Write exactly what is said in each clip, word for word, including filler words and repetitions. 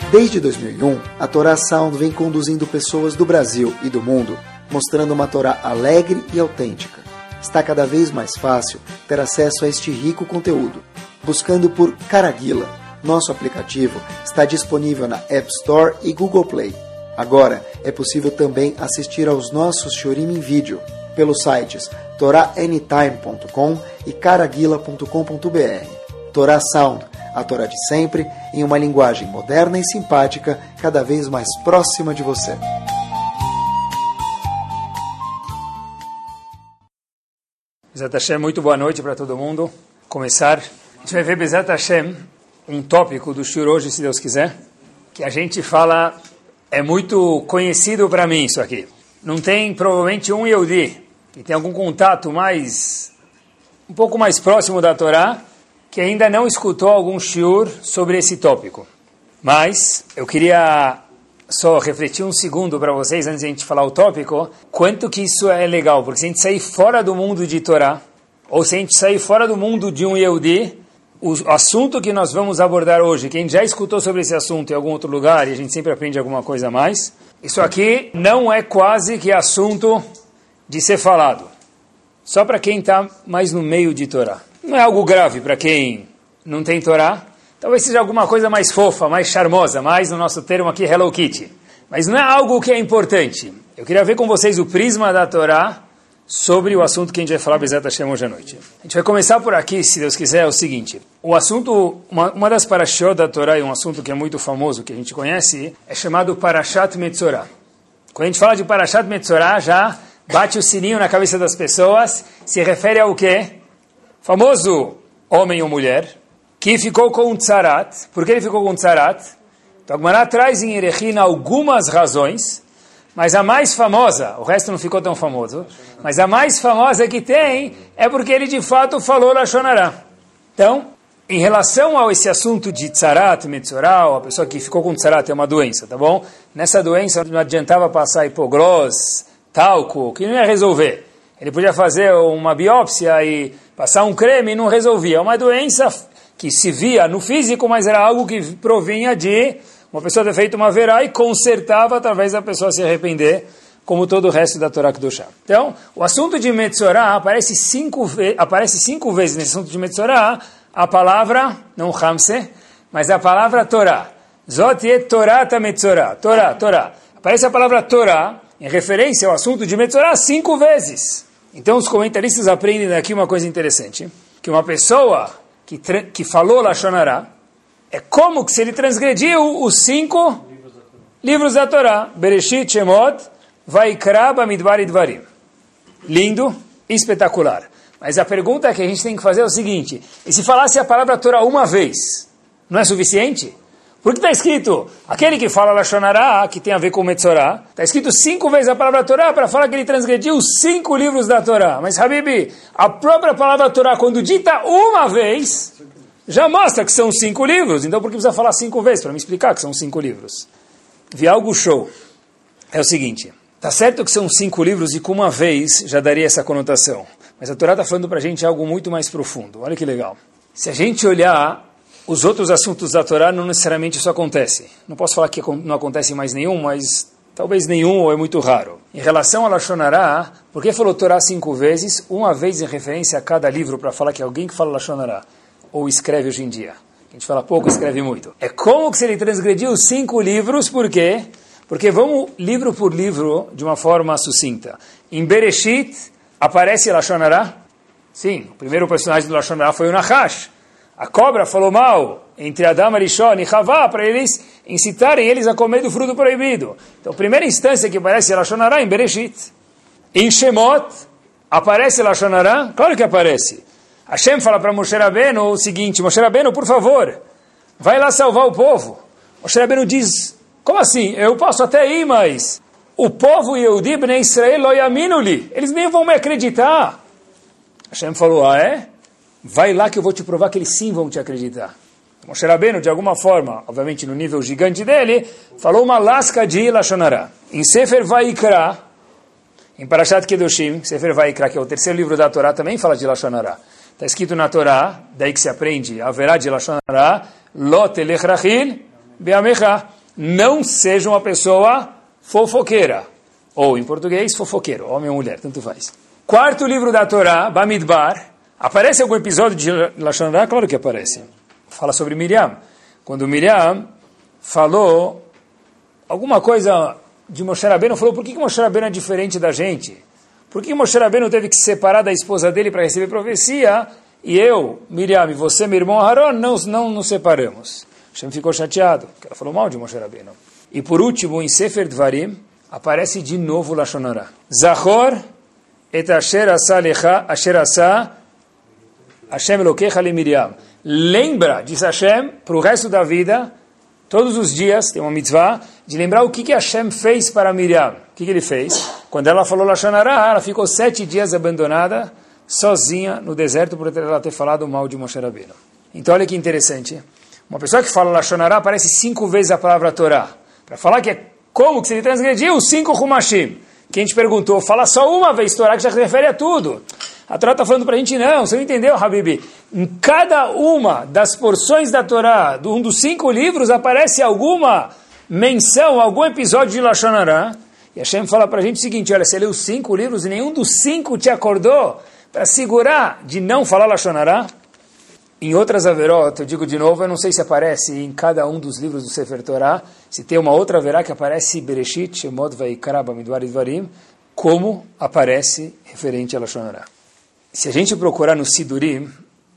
Desde dois mil e um, a Torá Sound vem conduzindo pessoas do Brasil e do mundo, mostrando uma Torá alegre e autêntica. Está cada vez mais fácil ter acesso a este rico conteúdo. Buscando por Caraguila, nosso aplicativo está disponível na App Store e Google Play. Agora é possível também assistir aos nossos Shurim em vídeo pelos sites torá anytime ponto com e caraguila ponto com ponto br. Torá Sound, a Torá de sempre, em uma linguagem moderna e simpática, cada vez mais próxima de você. Bezat Hashem, muito boa noite para todo mundo. Começar, a gente vai ver Bezat Hashem, um tópico do Shur hoje, se Deus quiser, que a gente fala, é muito conhecido para mim isso aqui. Não tem provavelmente um Yehudi que tem algum contato mais, um pouco mais próximo da Torá, que ainda não escutou algum shiur sobre esse tópico. Mas eu queria só refletir um segundo para vocês, antes de a gente falar o tópico, quanto que isso é legal, porque se a gente sair fora do mundo de Torá, ou se a gente sair fora do mundo de um Yehudi, o assunto que nós vamos abordar hoje, quem já escutou sobre esse assunto em algum outro lugar, e a gente sempre aprende alguma coisa a mais, isso aqui não é quase que assunto de ser falado. Só para quem está mais no meio de Torá. Não é algo grave para quem não tem Torá. Talvez seja alguma coisa mais fofa, mais charmosa, mais no nosso termo aqui, Hello Kitty. Mas não é algo que é importante. Eu queria ver com vocês o prisma da Torá sobre o assunto que a gente vai falar Bezat Hashem hoje à noite. A gente vai começar por aqui, se Deus quiser, é o seguinte. O assunto, uma, uma das parashot da Torá, e um assunto que é muito famoso, que a gente conhece, é chamado Parashat Metzorah. Quando a gente fala de Parashat Metzorah, já bate o sininho na cabeça das pessoas, se refere ao quê? Famoso homem ou mulher, que ficou com um tzarat. Por que ele ficou com um tzarat? Então, a Gemara traz em Erechina algumas razões, mas a mais famosa, o resto não ficou tão famoso, mas a mais famosa que tem é porque ele de fato falou Lashon Hara. Então, em relação a esse assunto de tzarat, metzorah, a pessoa que ficou com tzarat é uma doença, tá bom? Nessa doença não adiantava passar hipoglós, talco, que não ia resolver. Ele podia fazer uma biópsia e passar um creme e não resolvia. É uma doença que se via no físico, mas era algo que provinha de uma pessoa ter feito uma verá e consertava através da pessoa se arrepender, como todo o resto da Torá Kedoshá. Então, o assunto de Metzorah aparece cinco, ve- aparece cinco vezes nesse assunto de Metzorah a palavra, não Hamse, mas a palavra Torá. Zot yet Torah ta Metzorah. Torá, Torá. Aparece a palavra Torá em referência ao assunto de Metzorah cinco vezes. Então os comentaristas aprendem daqui uma coisa interessante, que uma pessoa que, tra- que falou Lashon Hara é como que se ele transgrediu os cinco livros da Torá. Bereshit, Shemot, Vaikra, Bamidbar e Dvarim. Lindo, espetacular. Mas a pergunta que a gente tem que fazer é o seguinte, e se falasse a palavra Torá uma vez, não é suficiente? Porque está escrito, aquele que fala Lashon Hara, que tem a ver com Metzorah, está escrito cinco vezes a palavra Torá para falar que ele transgrediu os cinco livros da Torá. Mas, Habibi, a própria palavra Torá, quando dita uma vez, já mostra que são cinco livros. Então, por que precisa falar cinco vezes? Para me explicar que são cinco livros. Vi algo show. É o seguinte, está certo que são cinco livros e com uma vez já daria essa conotação. Mas a Torá está falando para a gente algo muito mais profundo. Olha que legal. Se a gente olhar os outros assuntos da Torá, não necessariamente isso acontece. Não posso falar que não acontece mais nenhum, mas talvez nenhum ou é muito raro. Em relação a Lashon Hara, por que falou Torá cinco vezes? Uma vez em referência a cada livro para falar que é alguém que fala Lashon Hara, ou escreve hoje em dia. A gente fala pouco, escreve muito. É como que se ele transgrediu cinco livros, por quê? Porque vamos livro por livro de uma forma sucinta. Em Bereshit aparece Lashon Hara? Sim, o primeiro personagem do Lashon Hara foi o Nahash. A cobra falou mal entre Adam, Arishon e Havá para eles incitarem eles a comer do fruto proibido. Então, a primeira instância que aparece Lashon Hara é em Bereshit. Em Shemot, aparece Lashon Hara? Claro que aparece. Hashem fala para Moshe Rabbeinu o seguinte, Moshe Rabbeinu, por favor, vai lá salvar o povo. Moshe Rabbeinu diz, como assim? Eu posso até ir, mas o povo Yehudi Bnei Israel lo yaminu li. Eles nem vão me acreditar. Hashem falou, ah é? Vai lá que eu vou te provar que eles sim vão te acreditar. Moshe Rabbeinu, de alguma forma, obviamente no nível gigante dele, falou uma lasca de Lashon Hara. Em Sefer Vaikra, em Parashat Kedoshim, Sefer Vaikra, que é o terceiro livro da Torá, também fala de Lashon Hara. Está escrito na Torá, daí que se aprende, haverá de Lashon Hara, Lo telech rachil be'amecha. não seja uma pessoa fofoqueira. Ou, em português, fofoqueiro, homem ou mulher, tanto faz. Quarto livro da Torá, Bamidbar. Aparece algum episódio de Lashon Hara? Claro que aparece. Fala sobre Miriam. Quando Miriam falou alguma coisa de Moshe Rabbeinu, falou, por que, que Moshe Rabbeinu é diferente da gente? Por que Moshe Rabbeinu teve que se separar da esposa dele para receber profecia? E eu, Miriam, e você, meu irmão Haron, não, não nos separamos. Hashem ficou chateado, porque ela falou mal de Moshe Rabbeinu. E por último, em Sefer Dvarim, aparece de novo Lashon Hara. Zachor et asher asa lecha, asher asa Hashem Elokecha le Miriam. Lembra, diz Hashem, para o resto da vida, todos os dias, tem uma mitzvah, de lembrar o que, que Hashem fez para Miriam. O que, que ele fez? Quando ela falou Lashon Hara, ela ficou sete dias abandonada, sozinha, no deserto, por ela ter falado mal de Moshe Rabbeinu. Então, olha que interessante. Uma pessoa que fala Lashon Hara, aparece cinco vezes a palavra Torá. Para falar que é como que se ele transgrediu os cinco Humashim. Quem te perguntou, fala só uma vez Torá, que já se refere a tudo. A Torá está falando para a gente, não, você não entendeu, Habibi? Em cada uma das porções da Torá, de um dos cinco livros, aparece alguma menção, algum episódio de Lashon Hara. E Hashem fala para a gente o seguinte, olha, você leu cinco livros e nenhum dos cinco te acordou para segurar de não falar Lashon Hara. Em outras averot, eu digo de novo, eu não sei se aparece em cada um dos livros do Sefer Torá, se tem uma outra averá que aparece Bereshit, Shemot, Vaikra, Bamidbar e Dvarim, como aparece referente a Lashon Hara. Se a gente procurar no Sidurim,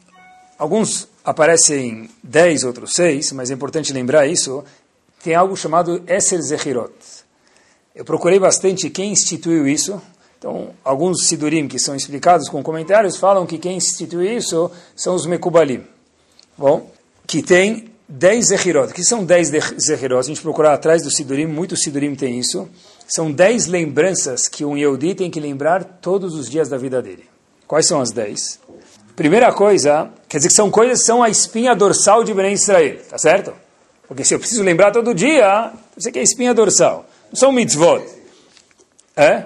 alguns aparecem dez, outros seis, mas é importante lembrar isso, tem algo chamado Eser Zechirot. Eu procurei bastante quem instituiu isso. Então, alguns Sidurim que são explicados com comentários falam que quem instituiu isso são os Mekubalim. Bom, que tem dez Zechirot. O que são dez Zechirot? Se a gente procurar atrás do Sidurim, muitos Sidurim têm isso. São dez lembranças que um Yehudi tem que lembrar todos os dias da vida dele. Quais são as dez? Primeira coisa, quer dizer que são coisas que são a espinha dorsal de Bnei Israel, tá certo? Porque se eu preciso lembrar todo dia, você quer a espinha dorsal. Não são mitzvot. É?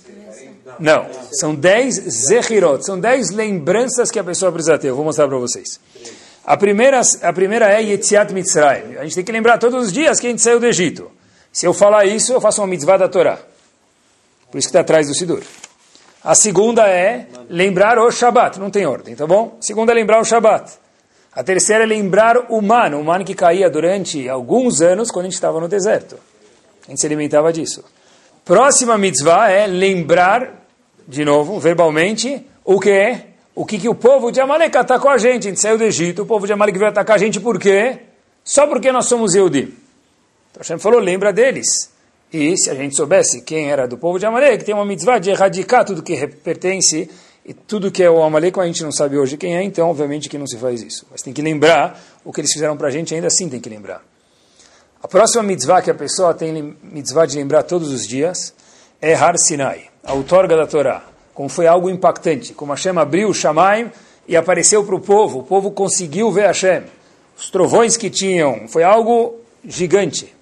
Não, são dez zechirot, são dez lembranças que a pessoa precisa ter. Eu vou mostrar para vocês. A primeira, a primeira é Yetziat Mitzrayim. A gente tem que lembrar todos os dias que a gente saiu do Egito. Se eu falar isso, eu faço uma mitzvah da Torá. Por isso que está atrás do Sidur. A segunda é lembrar o Shabat, não tem ordem, tá bom? A segunda é lembrar o Shabat. A terceira é lembrar o man, o man que caía durante alguns anos quando a gente estava no deserto. A gente se alimentava disso. Próxima mitzvah é lembrar, de novo, verbalmente, o que é? O que, que o povo de Amalek atacou a gente. A gente saiu do Egito, o povo de Amalek veio atacar a gente por quê? Só porque nós somos Yehudim. Então Hashem falou, lembra deles. E se a gente soubesse quem era do povo de Amalek, tem uma mitzvah de erradicar tudo que pertence e tudo que é o Amalek, a gente não sabe hoje quem é, então obviamente que não se faz isso. Mas tem que lembrar o que eles fizeram para a gente, ainda assim tem que lembrar. A próxima mitzvah que a pessoa tem mitzvah de lembrar todos os dias é Har Sinai, a outorga da Torá. Como foi algo impactante, como Hashem abriu o Shamaim e apareceu para o povo, o povo conseguiu ver Hashem. Os trovões que tinham, foi algo gigante.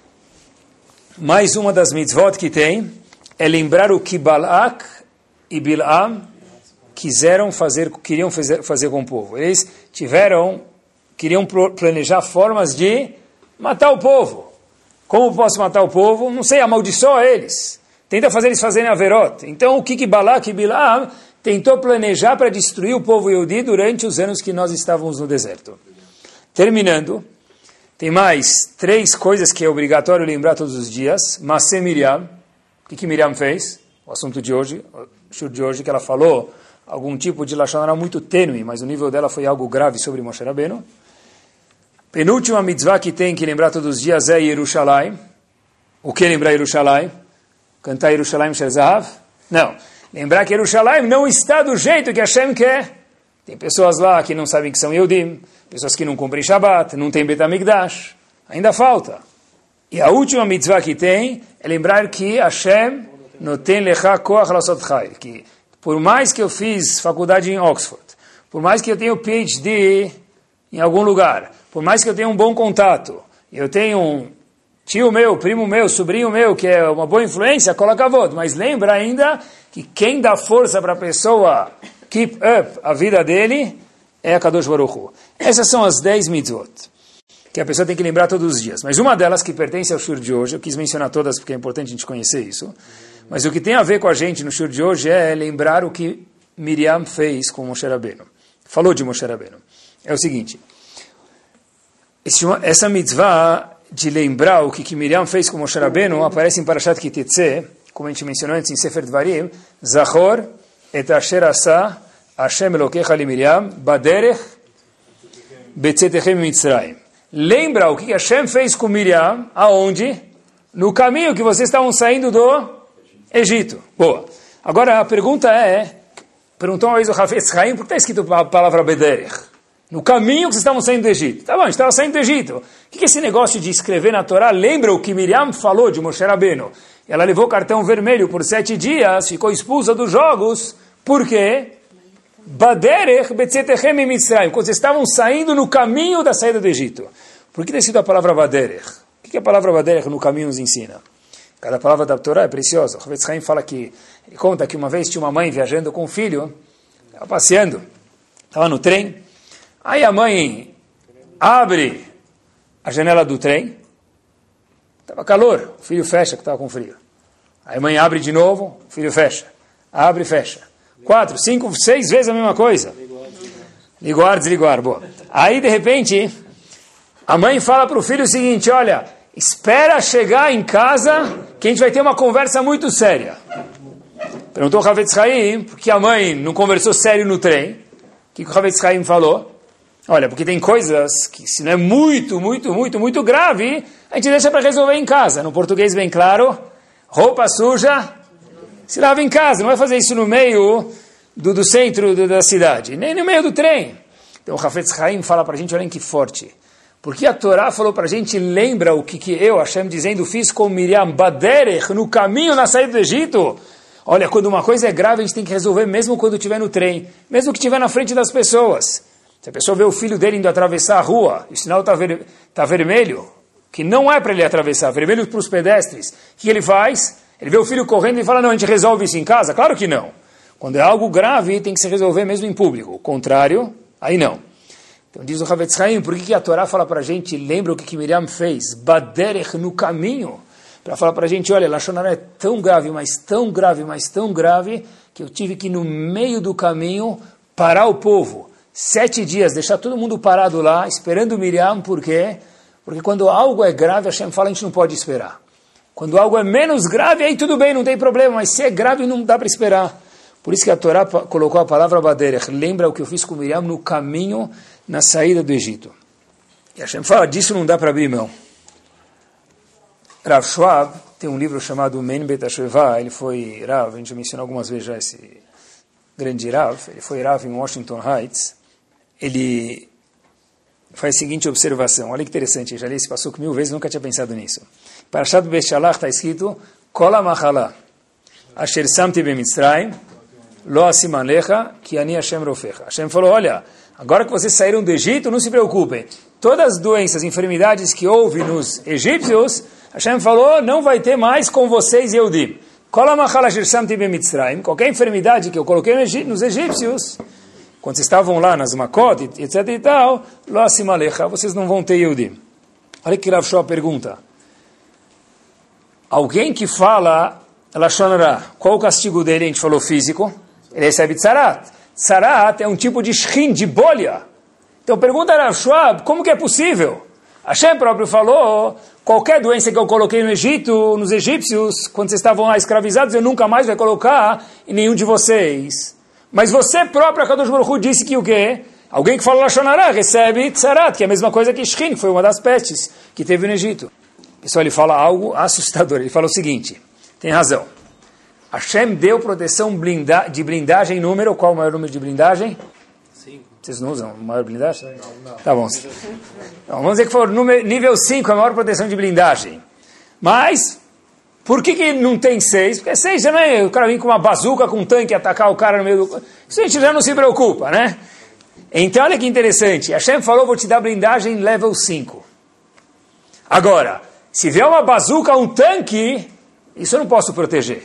Mais uma das mitzvot que tem é lembrar o que Balak e Bilam quiseram fazer, queriam fazer, fazer com o povo. Eles tiveram, queriam planejar formas de matar o povo. Como posso matar o povo? Não sei, amaldiçoa eles. Tenta fazer eles fazerem averot. Então o que, que Balak e Bilam tentou planejar para destruir o povo Yehudi durante os anos que nós estávamos no deserto. Terminando, tem mais três coisas que é obrigatório lembrar todos os dias. Masé Miriam. O que, que Miriam fez? O assunto de hoje, o shur de hoje, que ela falou algum tipo de Lashon Hara muito tênue, mas o nível dela foi algo grave sobre Moshe Rabbeinu. Penúltima mitzvah que tem que lembrar todos os dias é Yerushalayim. O que lembrar Yerushalayim? Cantar Yerushalayim Shel Zahav? Não. Lembrar que Yerushalayim não está do jeito que Hashem quer. Tem pessoas lá que não sabem que são Yehudim, pessoas que não cumprem Shabbat, não tem Bet HaMikdash. Ainda falta. E a última mitzvah que tem é lembrar que Hashem noten lecha koach lasot chayil. Que por mais que eu fiz faculdade em Oxford, por mais que eu tenha P H D em algum lugar, por mais que eu tenha um bom contato, eu tenho um tio meu, primo meu, sobrinho meu, que é uma boa influência, coloca a voto. Mas lembra ainda que quem dá força para a pessoa keep up a vida dele é a Kadosh Baruch Hu. Essas são as dez mitzvot. que a pessoa tem que lembrar todos os dias. Mas uma delas que pertence ao shur de hoje, eu quis mencionar todas porque é importante a gente conhecer isso, mas o que tem a ver com a gente no shur de hoje é lembrar o que Miriam fez com Moshe Rabbeinu. Falou de Moshe Rabbeinu. É o seguinte, essa mitzvah de lembrar o que, que Miriam fez com Moshe Rabbeinu aparece em Parashat Ki Tetzeh, como a gente mencionou antes em Sefer Dvarim, Zachor et asher asa Hashem Elokecha li Miriam baderech betzetechem mitzrayim. Lembra o que Hashem fez com Miriam, aonde? No caminho que vocês estavam saindo do Egito. Boa. Agora a pergunta é, perguntou uma vez o Hafetz Haim, por que está escrito a palavra Bederech? No caminho que vocês estavam saindo do Egito. Tá bom, a gente estava saindo do Egito. O que é esse negócio de escrever na Torá? Lembra o que Miriam falou de Moshe Rabbeinu? Ela levou cartão vermelho por sete dias, ficou expulsa dos jogos. Por quê? Baderech betzetechem mitzrayim. Quando vocês estavam saindo no caminho da saída do Egito. Por que tem sido a palavra Baderech? O que a palavra Baderech no caminho nos ensina? Cada palavra da Torá é preciosa. O Hafetz Haim fala que, ele conta que uma vez tinha uma mãe viajando com o filho, estava passeando, estava no trem, aí a mãe abre a janela do trem, estava calor, o filho fecha que estava com frio. Aí a mãe abre de novo, o filho fecha, abre e fecha. Quatro, cinco, seis vezes a mesma coisa. Liguar, desligar, boa. Aí de repente, a mãe fala para o filho o seguinte, olha, espera chegar em casa que a gente vai ter uma conversa muito séria. Perguntou o Hafetz Haim, porque a mãe não conversou sério no trem. O que o Hafetz Haim falou? Olha, porque tem coisas que se não é muito, muito, muito, muito grave, a gente deixa para resolver em casa. No português bem claro, roupa suja, se lava em casa. Não vai fazer isso no meio do, do centro do, da cidade, nem no meio do trem. Então o Hafetz Haim fala para a gente, olhem que forte. Porque a Torá falou para a gente, lembra o que, que eu, Hashem, dizendo, fiz com Miriam, Baderech, no caminho na saída do Egito. Olha, quando uma coisa é grave, a gente tem que resolver mesmo quando estiver no trem, mesmo que estiver na frente das pessoas. Se a pessoa vê o filho dele indo atravessar a rua, e o sinal está ver, tá vermelho, que não é para ele atravessar, vermelho para os pedestres, o que ele faz? Ele vê o filho correndo e fala, não, a gente resolve isso em casa? Claro que não. Quando é algo grave, tem que se resolver mesmo em público. O contrário, aí não. Então diz o Hafetz Haim, por que, que a Torá fala para a gente, lembra o que, que Miriam fez? Baderech, no caminho. Para falar para a gente, olha, Lashon Hara é tão grave, mas tão grave, mas tão grave, que eu tive que no meio do caminho parar o povo. Sete dias, deixar todo mundo parado lá, esperando Miriam, por quê? Porque quando algo é grave, Hashem fala, a gente não pode esperar. Quando algo é menos grave, aí tudo bem, não tem problema, mas se é grave, não dá para esperar. Por isso que a Torá colocou a palavra Baderech, lembra o que eu fiz com Miriam no caminho, na saída do Egito. E Hashem fala, disso não dá para abrir mão. Rav Schwab tem um livro chamado Men Bet HaSheva, ele foi Rav, a gente mencionou algumas vezes já esse grande Rav, ele foi Rav em Washington Heights, ele faz a seguinte observação, olha que interessante, eu já li esse passuco mil vezes, nunca tinha pensado nisso. Parashat Beshalach está escrito, Kol HaMachala, Asher Samti BeMitzrayim, Lo Asim Alecha, Ki Ani Hashem Rofecha. Hashem falou, olha, agora que vocês saíram do Egito, não se preocupem. Todas as doenças, enfermidades que houve nos egípcios, Hashem falou, não vai ter mais com vocês, Yehudim. Qualquer enfermidade que eu coloquei nos egípcios, quando vocês estavam lá nas Makot, etc e tal, vocês não vão ter Yehudim. Olha que Rav Shua pergunta. Alguém que fala Lashon Hara, qual o castigo dele? A gente falou físico. Ele recebe tzarat. Tzarat é um tipo de shrin, de bolha. Então pergunta a Rav Shua, como que é possível? Hashem próprio falou, qualquer doença que eu coloquei no Egito, nos egípcios, quando vocês estavam lá escravizados, eu nunca mais vai colocar em nenhum de vocês. Mas você próprio, a Kadosh Baruch Hu, disse que o quê? Alguém que fala Lashon Hara recebe tzarat, que é a mesma coisa que shrin, que foi uma das pestes que teve no Egito. Pessoal, ele fala algo assustador. Ele fala o seguinte, tem razão. Hashem deu proteção blinda, de blindagem número, qual o maior número de blindagem? Cinco. Vocês não usam maior blindagem? Não, não. Tá bom. Então, vamos dizer que for número, nível cinco, a maior proteção de blindagem. Mas, por que, que não tem seis? Porque seis já não é o cara vir com uma bazuca, com um tanque, atacar o cara no meio do... Isso a gente já não se preocupa, né? Então, olha que interessante. Hashem falou, vou te dar blindagem level cinco. Agora, se vier uma bazuca, um tanque, isso eu não posso proteger.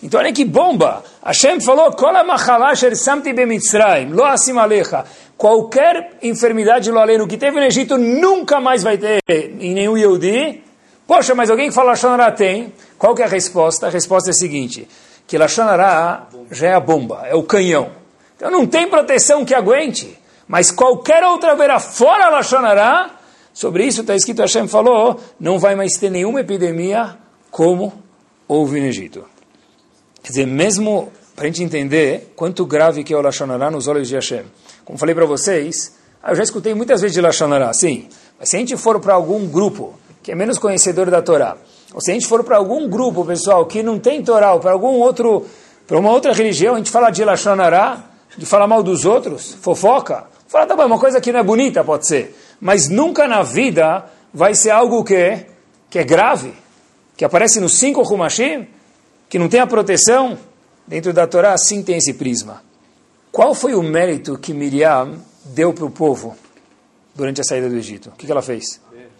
Então olha que bomba. Hashem falou, Kol ha-machala sher samti b'Mitzrayim, lo asim alecha. Qualquer enfermidade lo aleno que teve no Egito nunca mais vai ter em nenhum Yehudi. Poxa, mas alguém que fala Lashon Hara tem. Qual que é a resposta? A resposta é a seguinte, que Lashon Hara já é a bomba, é o canhão. Então não tem proteção que aguente. Mas qualquer outra verá fora Lashon Hara, sobre isso está escrito, Hashem falou, não vai mais ter nenhuma epidemia como houve no Egito. Quer dizer, mesmo para a gente entender quanto grave que é o Lashon Hara nos olhos de Hashem. Como falei para vocês, eu já escutei muitas vezes de Lashon Hara, sim, mas se a gente for para algum grupo que é menos conhecedor da Torá, ou se a gente for para algum grupo, pessoal, que não tem Torá, ou para algum outro, para uma outra religião, a gente fala de Lashon Hara, de falar mal dos outros, fofoca, fala, tá bom, uma coisa que não é bonita, pode ser, mas nunca na vida vai ser algo que, que é grave, que aparece nos cinco Humashim, que não tem a proteção, dentro da Torá, assim tem esse prisma. Qual foi o mérito que Miriam deu para o povo durante a saída do Egito? O que, que ela fez?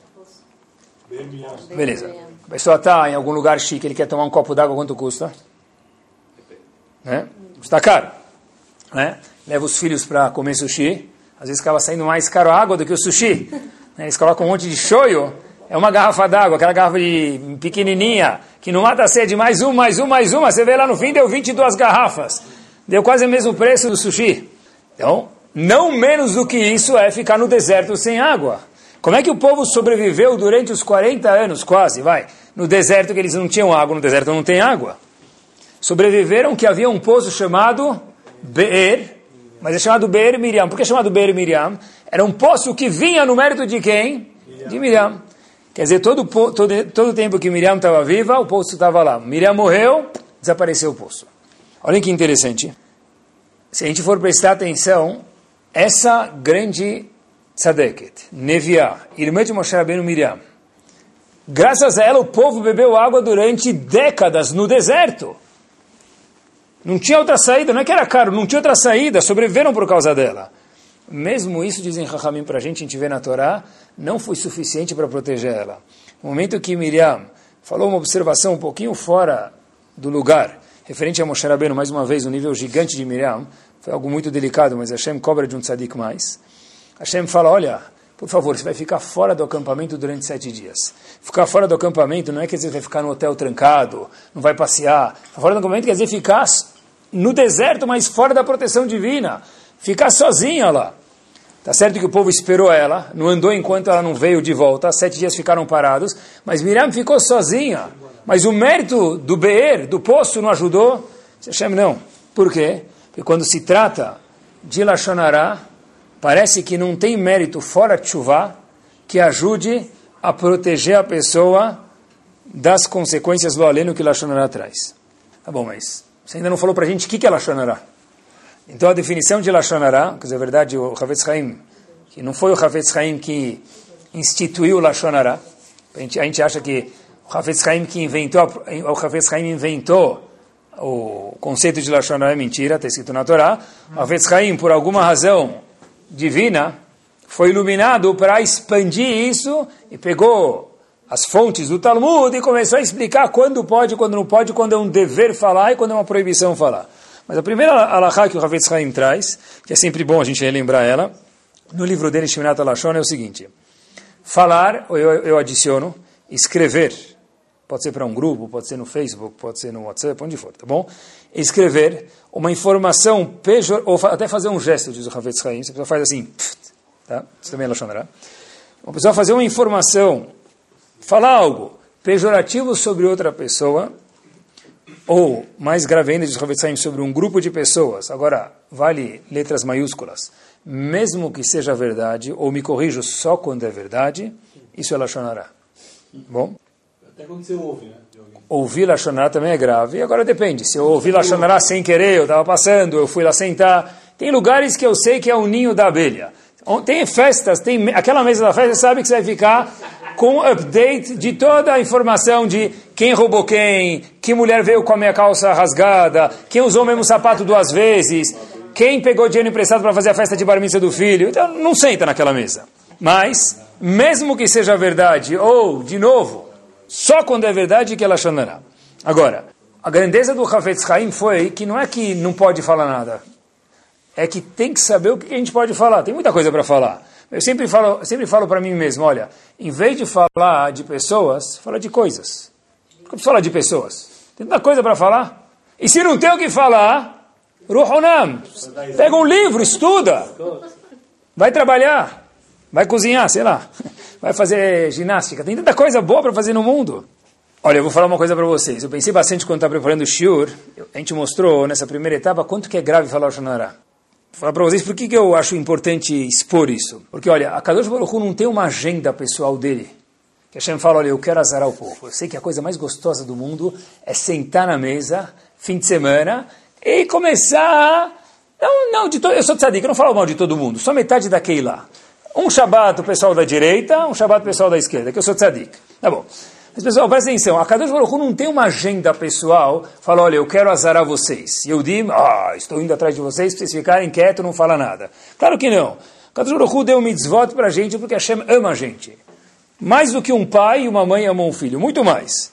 Beleza. A pessoa está em algum lugar chique, ele quer tomar um copo d'água, quanto custa? Né? Custa caro. Né? Leva os filhos para comer sushi, às vezes acaba saindo mais caro a água do que o sushi. Né? Eles colocam um monte de shoyu, é uma garrafa d'água, aquela garrafa de pequenininha, que não mata a sede, mais uma, mais uma, mais uma, você vê lá no fim, deu vinte e duas garrafas. Deu quase o mesmo preço do sushi. Então, não menos do que isso é ficar no deserto sem água. Como é que o povo sobreviveu durante os quarenta anos, quase, vai, no deserto que eles não tinham água, no deserto não tem água? Sobreviveram que havia um poço chamado Be'er, mas é chamado Be'er Miriam. Por que é chamado Be'er Miriam? Era um poço que vinha no mérito de quem? Miriam. De Miriam. Quer dizer, todo, todo, todo o tempo que Miriam estava viva, o poço estava lá. Miriam morreu, desapareceu o poço. Olhem que interessante. Se a gente for prestar atenção, essa grande tzadeket, Neviah, irmã de Moshe Rabbeinu Miriam, graças a ela o povo bebeu água durante décadas no deserto. Não tinha outra saída, não é que era caro, não tinha outra saída, sobreviveram por causa dela. Mesmo isso, dizem Chachamim para a gente, a gente vê na Torá, não foi suficiente para proteger ela. No momento que Miriam falou uma observação um pouquinho fora do lugar, referente a Moshe Rabbeinu, mais uma vez, o nível gigante de Miriam, foi algo muito delicado, mas Hashem cobra de um tzadik mais. Hashem fala, olha, por favor, você vai ficar fora do acampamento durante sete dias. Ficar fora do acampamento não é quer dizer que você vai ficar no hotel trancado, não vai passear. Fora do acampamento quer dizer ficar no deserto, mas fora da proteção divina. Ficar sozinha lá. Tá certo que o povo esperou ela, não andou enquanto ela não veio de volta, sete dias ficaram parados, mas Miriam ficou sozinha. Mas o mérito do Be'er, do poço, não ajudou? Hashem não. Por quê? Porque quando se trata de Lashon Hara, parece que não tem mérito fora de Teshuvá que ajude a proteger a pessoa das consequências do aleno que Lashon Hara traz. Tá bom, mas você ainda não falou pra gente o que é Lashon Hara. Então a definição de Lashon Hara, que é verdade, o Havetz Haim, que não foi o Havetz Haim que instituiu Lashon Hara, a gente, a gente acha que o Havetz Haim que inventou, o Havetz Haim inventou o conceito de Lashon Hara, é mentira, está escrito na Torá. O Havetz Haim, por alguma razão divina, foi iluminado para expandir isso e pegou as fontes do Talmud e começou a explicar quando pode, quando não pode, quando é um dever falar e quando é uma proibição falar. Mas a primeira alahá que o Havetz Haim traz, que é sempre bom a gente relembrar ela, no livro dele, Shmirat HaLashon, é o seguinte: falar, ou eu, eu adiciono, escrever, pode ser para um grupo, pode ser no Facebook, pode ser no WhatsApp, onde for, tá bom? Escrever uma informação, pejor, ou até fazer um gesto, diz o Havetz Haim, a pessoa faz assim, tá? Isso também é Lashon Hara. Uma pessoa fazer uma informação, falar algo pejorativo sobre outra pessoa, ou, mais grave ainda, diz o Havetz Haim, sobre um grupo de pessoas, agora, vale letras maiúsculas, mesmo que seja verdade, ou me corrijo só quando é verdade, isso é Lashon Hara. Bom? Até quando você ouve, né? Ouvir Lashon Hara também é grave. E agora depende. Se eu ouvi Lashon Hara sem querer, eu estava passando, eu fui lá sentar. Tem lugares que eu sei que é o ninho da abelha. Tem festas, tem aquela mesa da festa, sabe que você vai ficar com update de toda a informação de quem roubou quem, que mulher veio com a minha calça rasgada, quem usou o mesmo sapato duas vezes, quem pegou dinheiro emprestado para fazer a festa de bar mitzvah do filho. Então, não senta naquela mesa. Mas, mesmo que seja verdade, ou, de novo, só quando é verdade que é Lashon Hara. Agora, A grandeza do Hafetz Haim foi que não é que não pode falar nada. É que tem que saber o que a gente pode falar. Tem muita coisa para falar. Eu sempre falo, sempre falo para mim mesmo, olha, em vez de falar de pessoas, fala de coisas. Por que falar de pessoas? Tem tanta coisa para falar. E se não tem o que falar, Ruhonam, pega um livro, estuda. Vai trabalhar. Vai cozinhar, sei lá. Vai fazer ginástica. Tem tanta coisa boa para fazer no mundo. Olha, eu vou falar uma coisa para vocês. Eu pensei bastante quando estava preparando o shiur. A gente mostrou nessa primeira etapa quanto que é grave falar o Lashon Hara. Vou falar para vocês por que, que eu acho importante expor isso. Porque, olha, a Kadosh Baruch Hu não tem uma agenda pessoal dele. Que a Hashem fala, olha, eu quero azarar o povo. Eu sei que a coisa mais gostosa do mundo é sentar na mesa, fim de semana, e começar... Não, não, de to... eu sou tzadik, eu não falo mal de todo mundo. Só metade da Keilah. Um Shabbat o pessoal da direita, um Shabbat o pessoal da esquerda, que eu sou tzadik. Tá bom. Mas, pessoal, presta atenção, a Kadosh Baruch Hu não tem uma agenda pessoal, fala, olha, eu quero azarar vocês. E eu digo, ah, estou indo atrás de vocês, para vocês ficarem quietos, não falar nada. Claro que não. A Kadosh Baruch Hu deu um mitzvot para a gente, porque Hashem ama a gente. Mais do que um pai e uma mãe amam um filho, muito mais.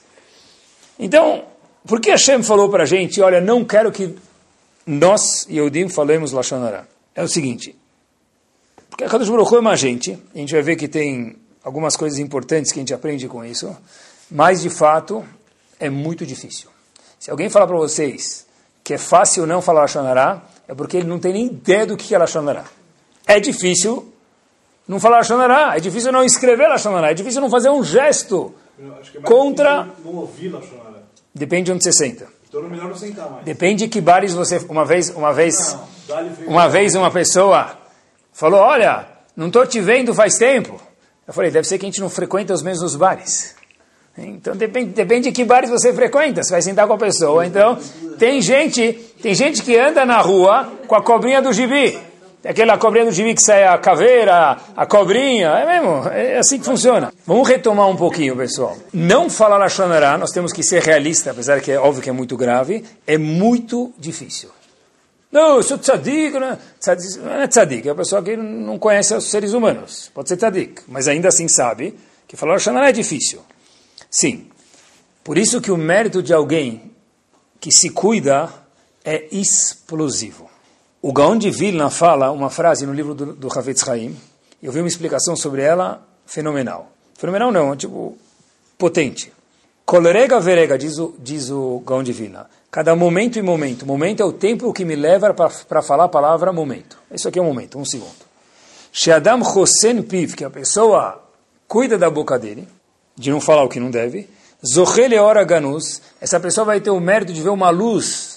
Então, por que Hashem falou para a gente, olha, não quero que nós, Yehudim, falemos Lashon Hara? É o seguinte, porque a Kadosh Baruch Hu ama a gente, a gente vai ver que tem algumas coisas importantes que a gente aprende com isso, mas, de fato, é muito difícil. Se alguém falar para vocês que é fácil não falar Lashon Hara, é porque ele não tem nem ideia do que é Lashon Hara. É difícil não falar Lashon Hara, é difícil não escrever Lashon Hara, é difícil não fazer um gesto acho que é mais contra... não ouvir Lashon Hara. Depende de onde você senta. Então é melhor não sentar mais. Depende de que bares você... Uma vez, uma vez, Não, uma vez uma pessoa falou, olha, não estou te vendo faz tempo. Eu falei, deve ser que a gente não frequenta os mesmos bares. Então depende, depende de que bares você frequenta, você vai sentar com a pessoa. Então tem gente, tem gente que anda na rua com a cobrinha do gibi. Aquela cobrinha do gibi que sai a caveira, a cobrinha, é mesmo, é assim que funciona. Vamos retomar um pouquinho, pessoal. Não falar Lashon Hara, nós temos que ser realistas, apesar que é óbvio que é muito grave, é muito difícil. Não, eu sou tzadik, não é tzadik, não é tzadik, é a pessoa que não conhece os seres humanos. Pode ser tzadik, mas ainda assim sabe que falar Lashon Hara é difícil. Sim, por isso que o mérito de alguém que se cuida é explosivo. O Gaon de Vilna fala uma frase no livro do, do Hafetz Haim, eu vi uma explicação sobre ela fenomenal. Fenomenal não, tipo, potente. Kolerega verega, diz o, diz o Gaon de Vilna. Cada momento e momento. Momento é o tempo que me leva para falar a palavra momento. Isso aqui é um momento, um segundo. Sheadam chosen piv, que a pessoa cuida da boca dele, de não falar o que não deve. Zochele ora ganus, essa pessoa vai ter o mérito de ver uma luz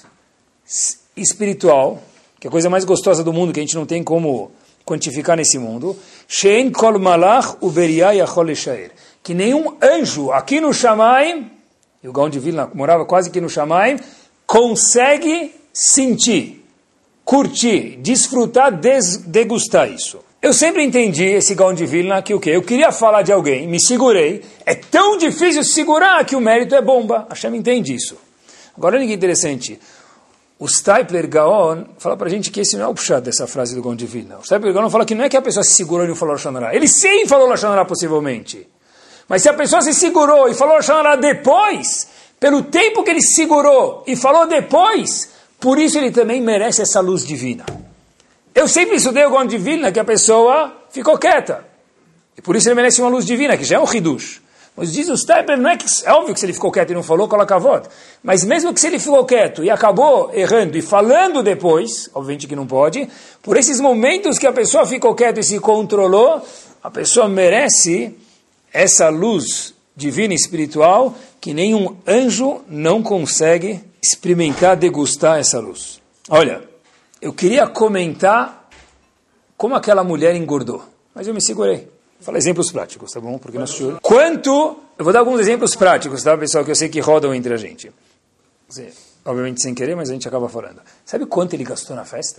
espiritual, que é a coisa mais gostosa do mundo, que a gente não tem como quantificar nesse mundo. Shein kol malach uberia yachol leshaer, que nenhum anjo aqui no Shamaim, e o Gaon de Vilna morava quase que no Shamaim, consegue sentir, curtir, desfrutar, des, degustar isso. Eu sempre entendi esse Gaon de Vilna que o quê? Eu queria falar de alguém, me segurei, é tão difícil segurar que o mérito é bomba. Hashem entende isso. Agora olha que interessante, o Stipler Gaon fala pra gente que esse não é o puxado dessa frase do Gaon de Vilna. O Stipler Gaon fala que não é que a pessoa se segurou e não falou Lashon Hara. Ele sim falou Lashon Hara possivelmente. Mas se a pessoa se segurou e falou Lashon Hara depois, pelo tempo que ele se segurou e falou depois, por isso ele também merece essa luz divina. Eu sempre estudei o Gaon de Vilna que a pessoa ficou quieta. E por isso ele merece uma luz divina, que já é um hidush. Mas diz o Stipler, não é que é óbvio que se ele ficou quieto e não falou, coloca a voz. Mas mesmo que se ele ficou quieto e acabou errando e falando depois, obviamente que não pode, por esses momentos que a pessoa ficou quieta e se controlou, a pessoa merece essa luz divina e espiritual que nenhum anjo não consegue experimentar, degustar essa luz. Olha, eu queria comentar como aquela mulher engordou, mas eu me segurei. Fala exemplos práticos, tá bom? Porque nós choramos. Quanto... Eu vou dar alguns exemplos práticos, tá, pessoal? Que eu sei que rodam entre a gente. Obviamente sem querer, mas a gente acaba falando. Sabe quanto ele gastou na festa?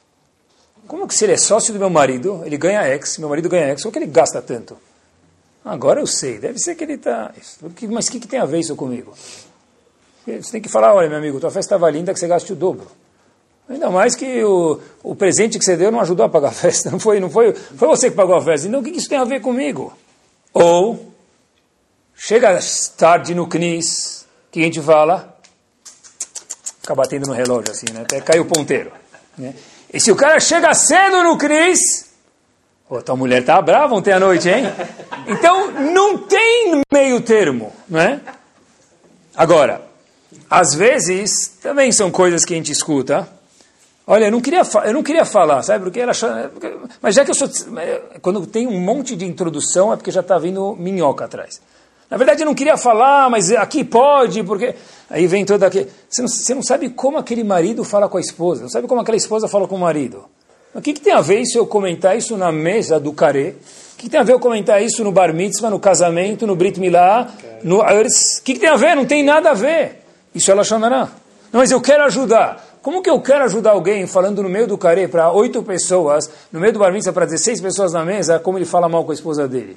Como que se ele é sócio do meu marido, ele ganha X, meu marido ganha X, ou que ele gasta tanto? Agora eu sei, deve ser que ele está... Mas o que, que tem a ver isso comigo? Você tem que falar, olha, meu amigo, tua festa estava linda que você gaste o dobro. Ainda mais que o, o presente que você deu não ajudou a pagar a festa. Não foi, não foi, foi você que pagou a festa. Então o que isso tem a ver comigo? Ou, chega tarde no Knis, o que a gente fala? ficar batendo no relógio assim, né? Até cair o ponteiro. Né? E se o cara chega cedo no Cris, oh, tua mulher tá brava ontem à noite, hein? Então, não tem meio termo, não é? Agora, às vezes, também são coisas que a gente escuta. Olha, eu não queria, eu não queria falar, sabe? Porque ela, mas já que eu sou... Quando tem um monte de introdução, é porque já está vindo minhoca atrás. Na verdade, eu não queria falar, mas aqui pode, porque... Aí vem toda aquele... Você não, você não sabe como aquele marido fala com a esposa, não sabe como aquela esposa fala com o marido. Mas o que, que tem a ver isso eu comentar isso na mesa do carê? O que, que tem a ver eu comentar isso no bar mitzvah, no casamento, no brit milá? No... O que, que tem a ver? Não tem nada a ver. Isso ela chamará. Não, mas eu quero ajudar. Como que eu quero ajudar alguém falando no meio do carê para oito pessoas, no meio do bar mitzvah para dezesseis pessoas na mesa, como ele fala mal com a esposa dele?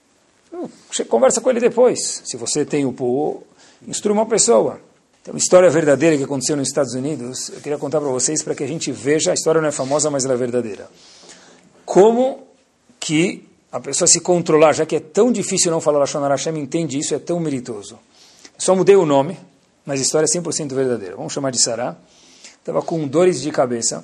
Você conversa com ele depois. Se você tem o pô, instrui uma pessoa. Tem uma história verdadeira que aconteceu nos Estados Unidos. Eu queria contar para vocês para que a gente veja. A história não é famosa, mas ela é verdadeira. Como que a pessoa se controlar, já que é tão difícil não falar Lashon Hara, Hashem entende isso, é tão meritoso. Eu só mudei o nome, mas a história é cem por cento verdadeira. Vamos chamar de Sarah. Estava com dores de cabeça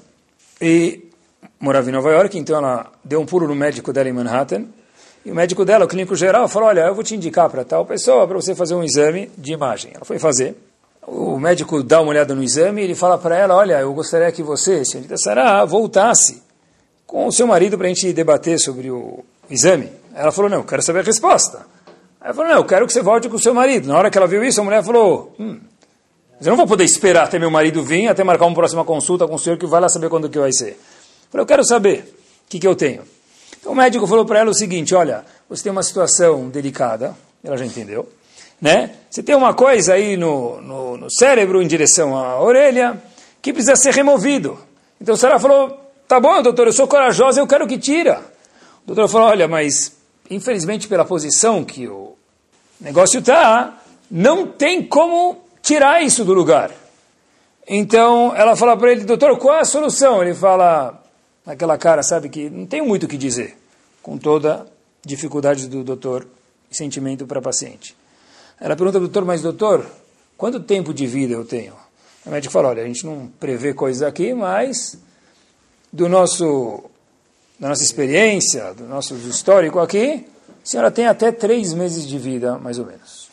e morava em Nova York, então ela deu um pulo no médico dela em Manhattan. E o médico dela, o clínico geral, falou, olha, eu vou te indicar para tal pessoa para você fazer um exame de imagem. Ela foi fazer. O médico dá uma olhada no exame e ele fala para ela, olha, eu gostaria que você, senhorita Sarah, voltasse com o seu marido para a gente debater sobre o exame. Ela falou, não, eu quero saber a resposta. Aí ela falou, não, eu quero que você volte com o seu marido. Na hora que ela viu isso, a mulher falou, hum, mas eu não vou poder esperar até meu marido vir, até marcar uma próxima consulta com o senhor que vai lá saber quando que vai ser. Eu falei, eu quero saber o que, que eu tenho. Então o médico falou para ela o seguinte, olha, você tem uma situação delicada, ela já entendeu, né? Você tem uma coisa aí no, no, no cérebro em direção à orelha que precisa ser removido. Então a senhora falou, tá bom, doutor, eu sou corajosa, eu quero que tira. O doutor falou, olha, mas infelizmente pela posição que o negócio está, não tem como tirar isso do lugar. Então ela fala para ele, doutor, qual é a solução? Ele fala... Aquela cara, sabe, que não tem muito o que dizer, com toda a dificuldade do doutor e sentimento para a paciente. Ela pergunta, doutor, mas doutor, quanto tempo de vida eu tenho? O médico fala, olha, a gente não prevê coisas aqui, mas do nosso, da nossa experiência, do nosso histórico aqui, a senhora tem até três meses de vida, mais ou menos.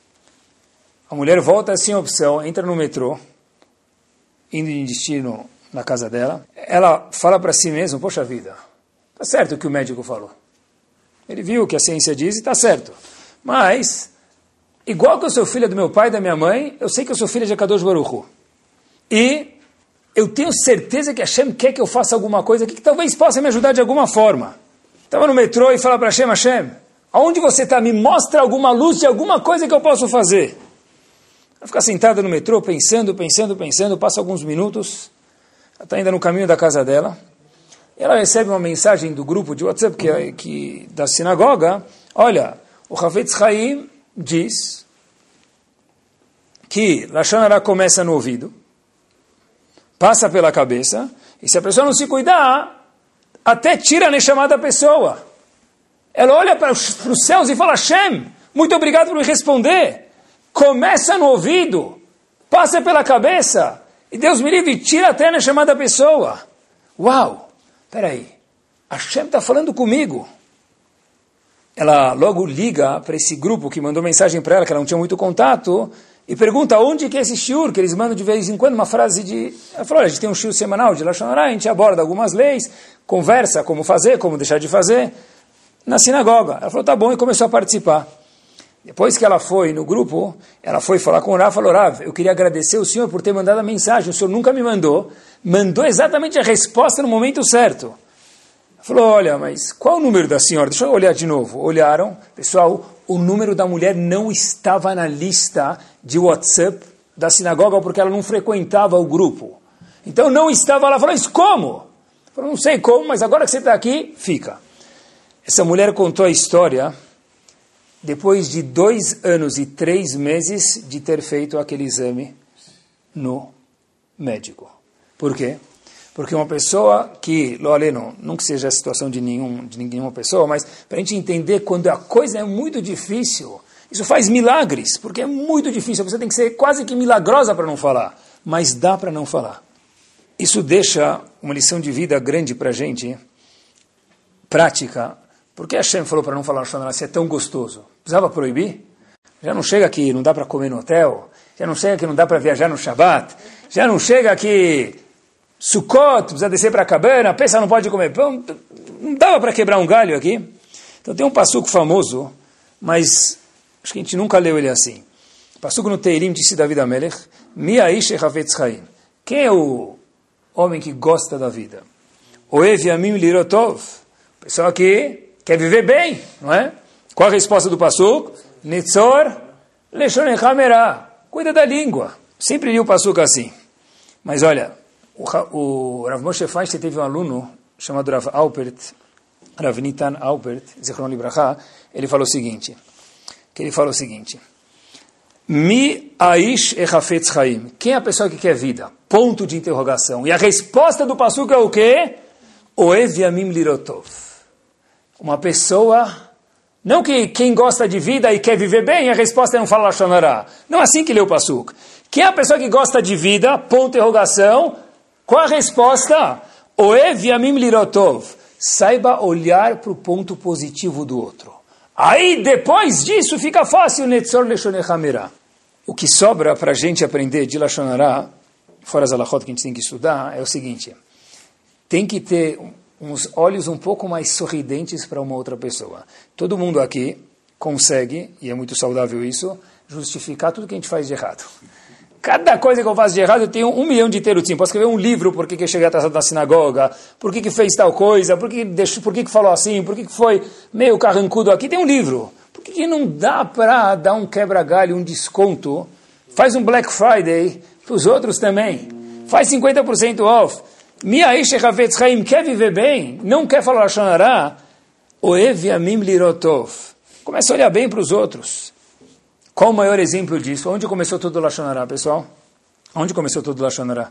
A mulher volta sem opção, entra no metrô, indo em destino na casa dela, ela fala para si mesma, poxa vida, está certo o que o médico falou. Ele viu o que a ciência diz e está certo. Mas, igual que eu sou filha do meu pai e da minha mãe, eu sei que eu sou filha de Akadosh Baruch Hu. E eu tenho certeza que Hashem quer que eu faça alguma coisa aqui que talvez possa me ajudar de alguma forma. Estava no metrô e fala para Hashem, Hashem, aonde você está? Me mostra alguma luz de alguma coisa que eu posso fazer. Ela fica sentada no metrô, pensando, pensando, pensando, passa alguns minutos... Ela está ainda no caminho da casa dela. Ela recebe uma mensagem do grupo de WhatsApp que, que, da sinagoga. Olha, o Hafetz Chaim diz que Lashon Hara começa no ouvido, passa pela cabeça, e se a pessoa não se cuidar, até tira a neshama da pessoa. Ela olha para os céus e fala, Hashem, muito obrigado por me responder. Começa no ouvido, passa pela cabeça, e Deus me livre, tira até na chamada pessoa. Uau, peraí, Hashem está falando comigo. Ela logo liga para esse grupo que mandou mensagem para ela, que ela não tinha muito contato, e pergunta onde que é esse shiur, que eles mandam de vez em quando uma frase de... Ela falou, olha, a gente tem um shiur semanal de Lashon Hara, a gente aborda algumas leis, conversa como fazer, como deixar de fazer, na sinagoga. Ela falou, tá bom, e começou a participar. Depois que ela foi no grupo, ela foi falar com o Rav, falou, Rav, eu queria agradecer o senhor por ter mandado a mensagem, o senhor nunca me mandou, mandou exatamente a resposta no momento certo. Ela falou, olha, mas qual o número da senhora? Deixa eu olhar de novo. Olharam, pessoal, o número da mulher não estava na lista de WhatsApp da sinagoga, porque ela não frequentava o grupo. Então não estava lá. Ela falou, mas como? Ela falou, não sei como, mas agora que você está aqui, fica. Essa mulher contou a história... depois de dois anos e três meses de ter feito aquele exame no médico. Por quê? Porque uma pessoa que, não, não que seja a situação de, nenhum, de nenhuma pessoa, mas para a gente entender quando a coisa é muito difícil, isso faz milagres, porque é muito difícil, você tem que ser quase que milagrosa para não falar. mas dá para não falar. Isso deixa uma lição de vida grande para a gente, prática. Por que Hashem falou para não falar Lashon Hara se é tão gostoso? Precisava proibir? Já não chega que não dá para comer no hotel, já não chega que não dá para viajar no Shabbat, já não chega que Sukkot precisa descer para a cabana, pensa não pode comer pão, não dava para quebrar um galho aqui. Então tem um passuco famoso, mas acho que a gente nunca leu ele assim. Passuco no Teirim, disse David HaMelech, Mi Aish Echavets Chaim. Quem é o homem que gosta da vida? Oev Yamim Lirotov. Pessoa que quer viver bem, não é? Qual a resposta do passuco? Nitzor Leshon Echamera. Cuida da língua. Sempre li o passuco assim. Mas olha, o, o Rav Moshe Feinstein teve um aluno chamado Rav Alpert, Rav Nitan Alpert, Zichron Libracha. Ele falou o seguinte, que ele falou o seguinte, Mi aish echafetz chaim. Quem é a pessoa que quer vida? Ponto de interrogação. E a resposta do passuco é o quê? Oev yamim lirotov. Uma pessoa, não que quem gosta de vida e quer viver bem, a resposta é não falar Lashon Hara. Não é assim que lê o passuco. Quem é a pessoa que gosta de vida? Ponto de interrogação. Qual a resposta? Oev yamim lirotov. Saiba olhar para o ponto positivo do outro. Aí, depois disso, fica fácil. Netzor Leshon Echamera. O que sobra para a gente aprender de Lashon Hara, fora as alachot que a gente tem que estudar, é o seguinte. Tem que ter uns olhos um pouco mais sorridentes para uma outra pessoa. Todo mundo aqui consegue, e é muito saudável isso, justificar tudo que a gente faz de errado. Cada coisa que eu faço de errado, eu tenho um milhão de terutim. Posso escrever um livro, por que que eu cheguei atrasado na sinagoga, por que que fez tal coisa, por que, deixou, por que que falou assim, por que que foi meio carrancudo aqui. Tem um livro. Por que que não dá para dar um quebra-galho, um desconto? Faz um Black Friday para os outros também. Faz cinquenta por cento off. Mi'aish Echavets Chaim, quer viver bem? Não quer falar Lashon Hara? Oev Yamim Lirotov. Começa a olhar bem para os outros. Qual o maior exemplo disso? Onde começou todo o Lashon Hara, pessoal? Onde começou todo o Lashon Hara?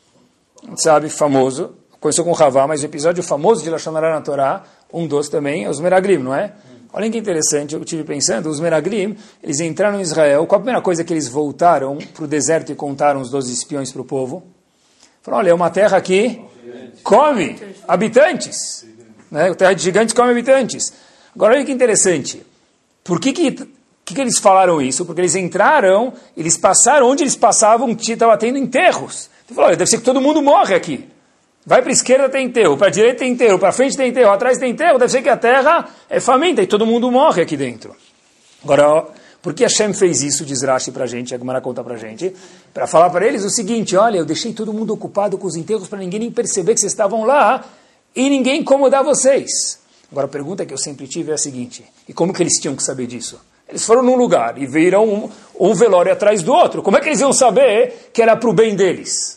A gente sabe, famoso. Começou com Ravá, mas o episódio famoso de Lashon Hara na Torá, um dos também, é os Meraglim, não é? Olhem que interessante, eu estive pensando, os Meraglim, eles entraram em Israel, qual a primeira coisa que eles voltaram para o deserto e contaram os doze espiões para o povo? Falaram, olha, é uma terra que come habitantes. Né? Terra de gigantes come habitantes. Agora, olha que interessante. Por que que... Por que, que eles falaram isso? Porque eles entraram, eles passaram, onde eles passavam, estava tendo enterros. Ele falou, olha, deve ser que todo mundo morre aqui. Vai para a esquerda tem enterro, para a direita tem enterro, para a frente tem enterro, atrás tem enterro, deve ser que a terra é faminta e todo mundo morre aqui dentro. Agora, por que Hashem fez isso, diz Rashi para a gente, a Gemara conta para a gente, para falar para eles o seguinte, olha, eu deixei todo mundo ocupado com os enterros para ninguém nem perceber que vocês estavam lá e ninguém incomodar vocês. Agora, a pergunta que eu sempre tive é a seguinte, e como que eles tinham que saber disso? Eles foram num lugar e viram um, um velório atrás do outro. Como é que eles iam saber que era para o bem deles?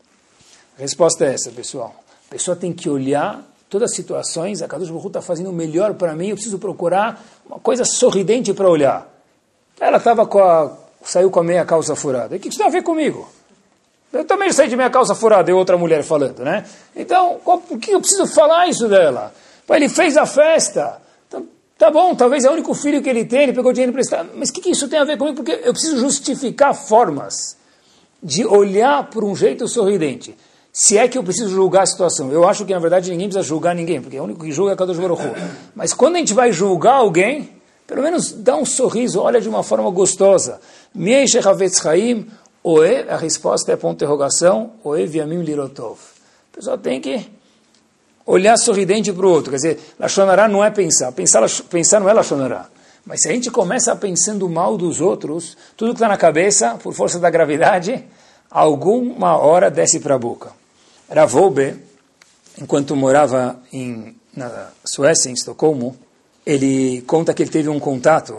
A resposta é essa, pessoal. A pessoa tem que olhar todas as situações. A Kadosh Baruch Hu está fazendo o melhor para mim. Eu preciso procurar uma coisa sorridente para olhar. Ela estava com a, saiu com a meia calça furada. O que isso tem a ver comigo? Eu também saí de meia calça furada, e outra mulher falando, né? Então, qual, por que eu preciso falar isso dela? Pô, ele fez a festa. Tá bom, talvez é o único filho que ele tem, ele pegou dinheiro emprestado. Mas o que, que isso tem a ver comigo? Porque eu preciso justificar formas de olhar por um jeito sorridente. Se é que eu preciso julgar a situação. Eu acho que, na verdade, ninguém precisa julgar ninguém, porque o único que julga é Kadosh Baruch Hu. Mas quando a gente vai julgar alguém, pelo menos dá um sorriso, olha de uma forma gostosa. Mi'eish Echavets Chaim, oe, a resposta é ponto de interrogação, oev yamim lirotov. O pessoal tem que olhar sorridente para o outro. Quer dizer, Lashon Hara não é pensar. Pensar, pensar não é Lashon Hara. Mas se a gente começa pensando mal dos outros, tudo que está na cabeça, por força da gravidade, alguma hora desce para a boca. Rav Wolbe, enquanto morava em, na Suécia, em Estocolmo, ele conta que ele teve um contato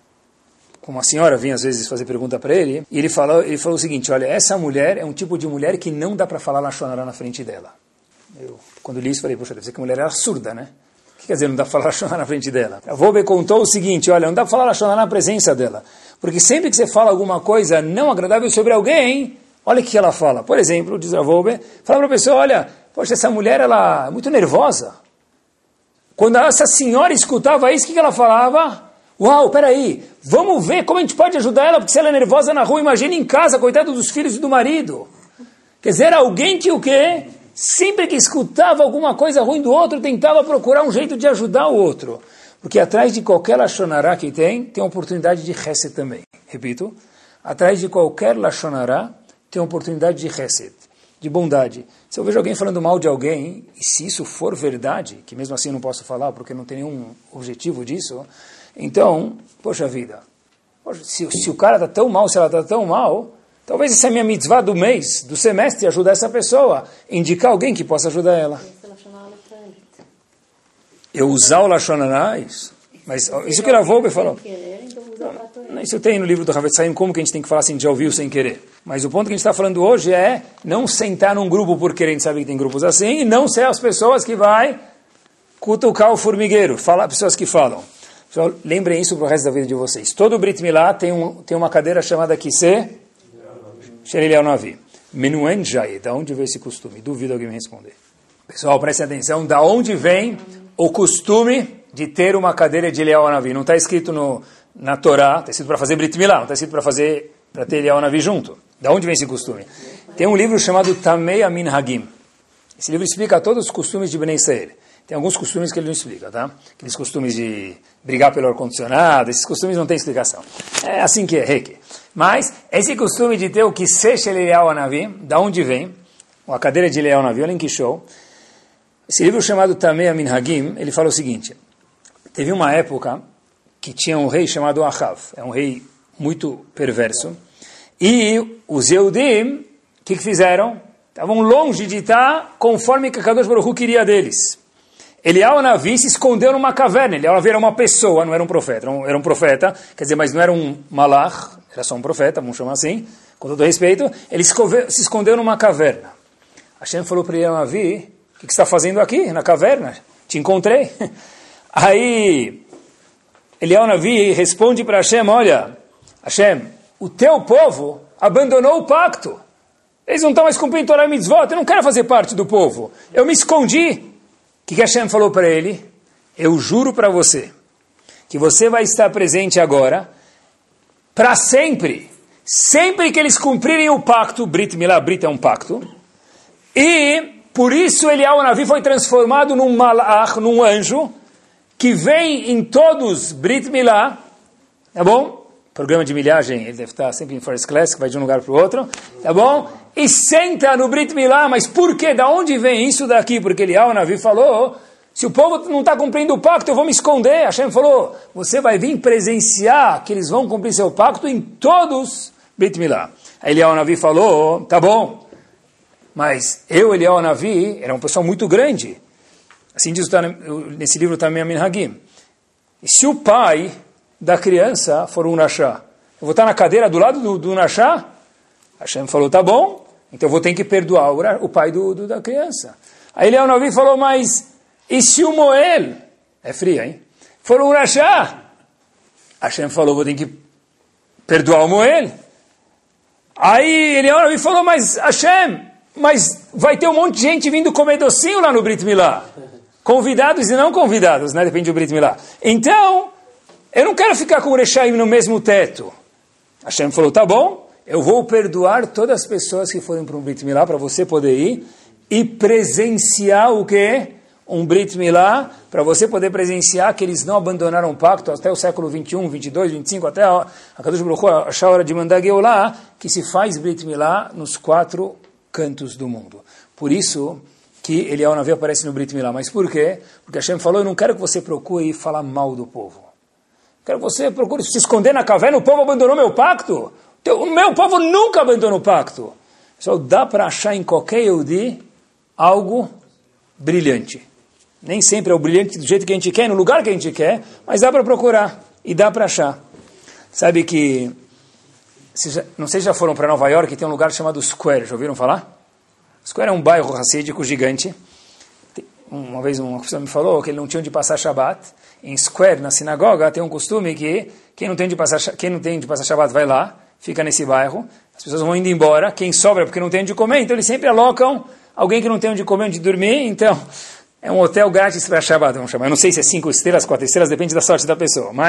com uma senhora, vinha às vezes fazer pergunta para ele, e ele falou, ele falou o seguinte, olha, essa mulher é um tipo de mulher que não dá para falar Lashon Hara na frente dela. Eu, quando li isso, falei, poxa, deve ser que a mulher era surda, né? O que quer dizer, não dá para falar Lashon Hara na frente dela? A Wolbe contou o seguinte, olha, não dá para falar Lashon Hara na presença dela, porque sempre que você fala alguma coisa não agradável sobre alguém, olha o que ela fala. Por exemplo, diz a Wolbe, fala para a pessoa, olha, poxa, essa mulher, ela é muito nervosa. Quando essa senhora escutava isso, o que ela falava? Uau, peraí, vamos ver como a gente pode ajudar ela, porque se ela é nervosa na rua, imagina em casa, coitado dos filhos e do marido. Quer dizer, alguém que o quê? Sempre que escutava alguma coisa ruim do outro, tentava procurar um jeito de ajudar o outro. Porque atrás de qualquer lashonará que tem, tem oportunidade de chesed também. Repito, atrás de qualquer lashonará, tem oportunidade de chesed, de bondade. Se eu vejo alguém falando mal de alguém, e se isso for verdade, que mesmo assim eu não posso falar, porque não tem nenhum objetivo disso, então, poxa vida, poxa, se, se o cara está tão mal, se ela está tão mal, talvez essa é a minha mitzvah do mês, do semestre, ajudar essa pessoa, indicar alguém que possa ajudar ela. Eu usar o Lashon Hara, isso. Mas isso que a Volbe falou. Não, isso tem no livro do Havetz Haim, como que a gente tem que falar assim, já ouviu sem querer. Mas o ponto que a gente está falando hoje é não sentar num grupo por querer, a gente sabe que tem grupos assim, e não ser as pessoas que vai cutucar o formigueiro, falar pessoas que falam. Então, lembrem isso para o resto da vida de vocês. Todo Brit Milá tem, um, tem uma cadeira chamada Kiseh Shel Eliyahu Navi. Menuen Jai, da onde veio esse costume? Duvido alguém me responder. Pessoal, prestem atenção, da onde vem o costume de ter uma cadeira de Eliyahu Navi? Não está escrito no, na Torá, está escrito para fazer Brit Milá, não está escrito para fazer para ter Eliyahu Navi junto. Da onde vem esse costume? Tem um livro chamado Tamei Minhagim. Esse livro explica todos os costumes de Bnei Israel. Tem alguns costumes que ele não explica, tá? Aqueles costumes de brigar pelo ar-condicionado, esses costumes não tem explicação. É assim que é, reiki. Mas, esse costume de ter o Kiseh Shel Eliyahu Navi, da onde vem? A cadeira de Eliyahu Navi, olha que show. Esse livro chamado Tamei Minhagim, ele fala o seguinte, teve uma época que tinha um rei chamado Ahav, é um rei muito perverso, e os Yehudim, o que, que fizeram? Estavam longe de estar conforme que Kadosh Baruch Hu queria deles. Eliyahu Navi se escondeu numa caverna. Eliyahu Navi era uma pessoa, não era um profeta. Era um, era um profeta, quer dizer, mas não era um malach, era só um profeta, vamos chamar assim, com todo respeito. Ele se escondeu numa caverna. Hashem falou para Eliyahu Navi, o que, que você está fazendo aqui, na caverna? Te encontrei. Aí, Eliyahu Navi responde para Hashem, olha, Hashem, o teu povo abandonou o pacto. Eles não estão mais cumprindo Torah e Mitzvot, eu não quero fazer parte do povo. Eu me escondi. O que, que Hashem falou para ele? Eu juro para você que você vai estar presente agora para sempre. Sempre que eles cumprirem o pacto, Brit Milá, Brit é um pacto, e por isso Eliyahu Navi foi transformado num malach, num anjo, que vem em todos Brit Milá, tá bom? Programa de milhagem, ele deve estar sempre em first class, que vai de um lugar para o outro, tá bom? E senta no Brit Milá, mas por quê? Da onde vem isso daqui? Porque Eliyahu Navi falou, se o povo não está cumprindo o pacto, eu vou me esconder. Hashem falou, você vai vir presenciar que eles vão cumprir seu pacto em todos Brit Milá. Aí Eliyahu Navi falou, tá bom, mas eu, Eliyahu Navi, era uma pessoa muito grande. Assim diz nesse livro também, Minhagim. E se o pai da criança for um Nashá, eu vou estar na cadeira do lado do, do Nashá? Hashem falou, tá bom, então eu vou ter que perdoar o, o pai do, do, da criança. Aí Eliyahu Navi falou, mas e se o Moel, é fria, hein? For um Nashá? Hashem falou, vou ter que perdoar o Moel. Aí Eliyahu Navi falou, mas Hashem, mas vai ter um monte de gente vindo comer docinho lá no Brit Milá. Convidados e não convidados, né? Depende do Brit Milá. Então, eu não quero ficar com o Rechaim no mesmo teto. Hashem falou, tá bom, eu vou perdoar todas as pessoas que forem para um Brit Milá, para você poder ir, e presenciar o quê? Um Brit Milá, para você poder presenciar que eles não abandonaram o pacto até o século vinte e um, vinte e dois, vinte e cinco, até a Kadosh Baruch Hu achar a hora de mandar Geulah, que se faz Brit Milá nos quatro cantos do mundo. Por isso que Eliyahu Navi aparece no Brit Milá. Mas por quê? Porque Hashem falou, eu não quero que você procure falar mal do povo. Quero que você procure se esconder na caverna, o povo abandonou meu pacto. O meu povo nunca abandonou o pacto. Só dá para achar em qualquer Yehudi algo brilhante. Nem sempre é o brilhante do jeito que a gente quer, no lugar que a gente quer, mas dá para procurar e dá para achar. Sabe que, já, não sei se já foram para Nova York, tem um lugar chamado Square, já ouviram falar? Square é um bairro racídico gigante. Uma vez uma pessoa me falou que ele não tinha onde passar Shabbat. Em Square, na sinagoga, tem um costume que quem não tem de passar, quem não tem de passar Shabbat vai lá, fica nesse bairro, as pessoas vão indo embora, quem sobra porque não tem onde comer, então eles sempre alocam alguém que não tem onde comer, onde dormir, então é um hotel grátis para Shabbat, vamos chamar. Eu não sei se é cinco estrelas, quatro estrelas, depende da sorte da pessoa, mas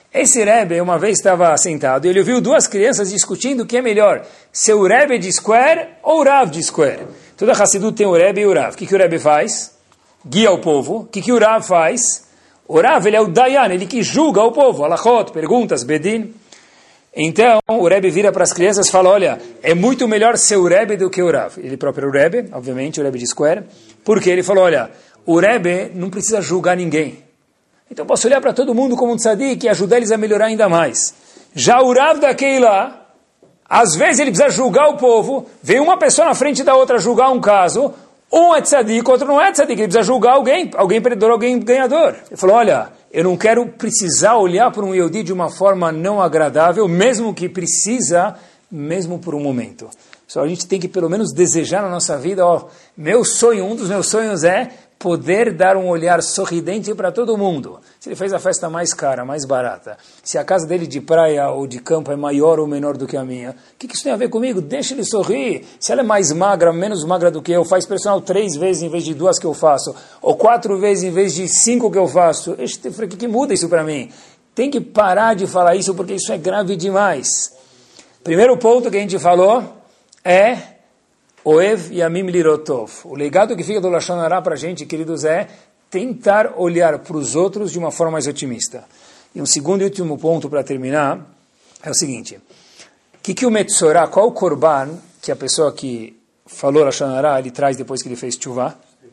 Esse Rebbe uma vez estava sentado e ele ouviu duas crianças discutindo o que é melhor, ser o Rebbe de Square ou o Rav de Square. Toda Hassidut tem o Rebbe e o Rav. O que, que o Rebbe faz? Guia o povo. O que, que o Rav faz? O Rav, ele é o Dayan, ele que julga o povo. Alachot, perguntas, Bedin. Então, o Rebbe vira para as crianças e fala, olha, é muito melhor ser o Rebbe do que o Rav. Ele próprio é o Rebbe, obviamente, o Rebbe de Square. Porque ele falou, olha, o Rebbe não precisa julgar ninguém. Então eu posso olhar para todo mundo como um tzadik e ajudar eles a melhorar ainda mais. Já o Rav daquele lá, às vezes ele precisa julgar o povo, vem uma pessoa na frente da outra julgar um caso, um é tzadik, outro não é tzadik, ele precisa julgar alguém, alguém perdedor, alguém ganhador. Ele falou, olha, eu não quero precisar olhar para um Yehudi de uma forma não agradável, mesmo que precisa, mesmo por um momento. Só a gente tem que pelo menos desejar na nossa vida, ó, meu sonho, um dos meus sonhos é poder dar um olhar sorridente para todo mundo. Se ele fez a festa mais cara, mais barata, se a casa dele de praia ou de campo é maior ou menor do que a minha, o que, que isso tem a ver comigo? Deixa ele sorrir. Se ela é mais magra, menos magra do que eu, faz personal três vezes em vez de duas que eu faço, ou quatro vezes em vez de cinco que eu faço, o que, que muda isso para mim? Tem que parar de falar isso porque isso é grave demais. Primeiro ponto que a gente falou é Oev Yamim Lirotov. O legado que fica do Lashon Hara para a gente, queridos, é tentar olhar para os outros de uma forma mais otimista. E um segundo e último ponto para terminar é o seguinte. O que, que o Metzorah, qual o Korban que a pessoa que falou Lashon Hara, ele traz depois que ele fez Tshuvah?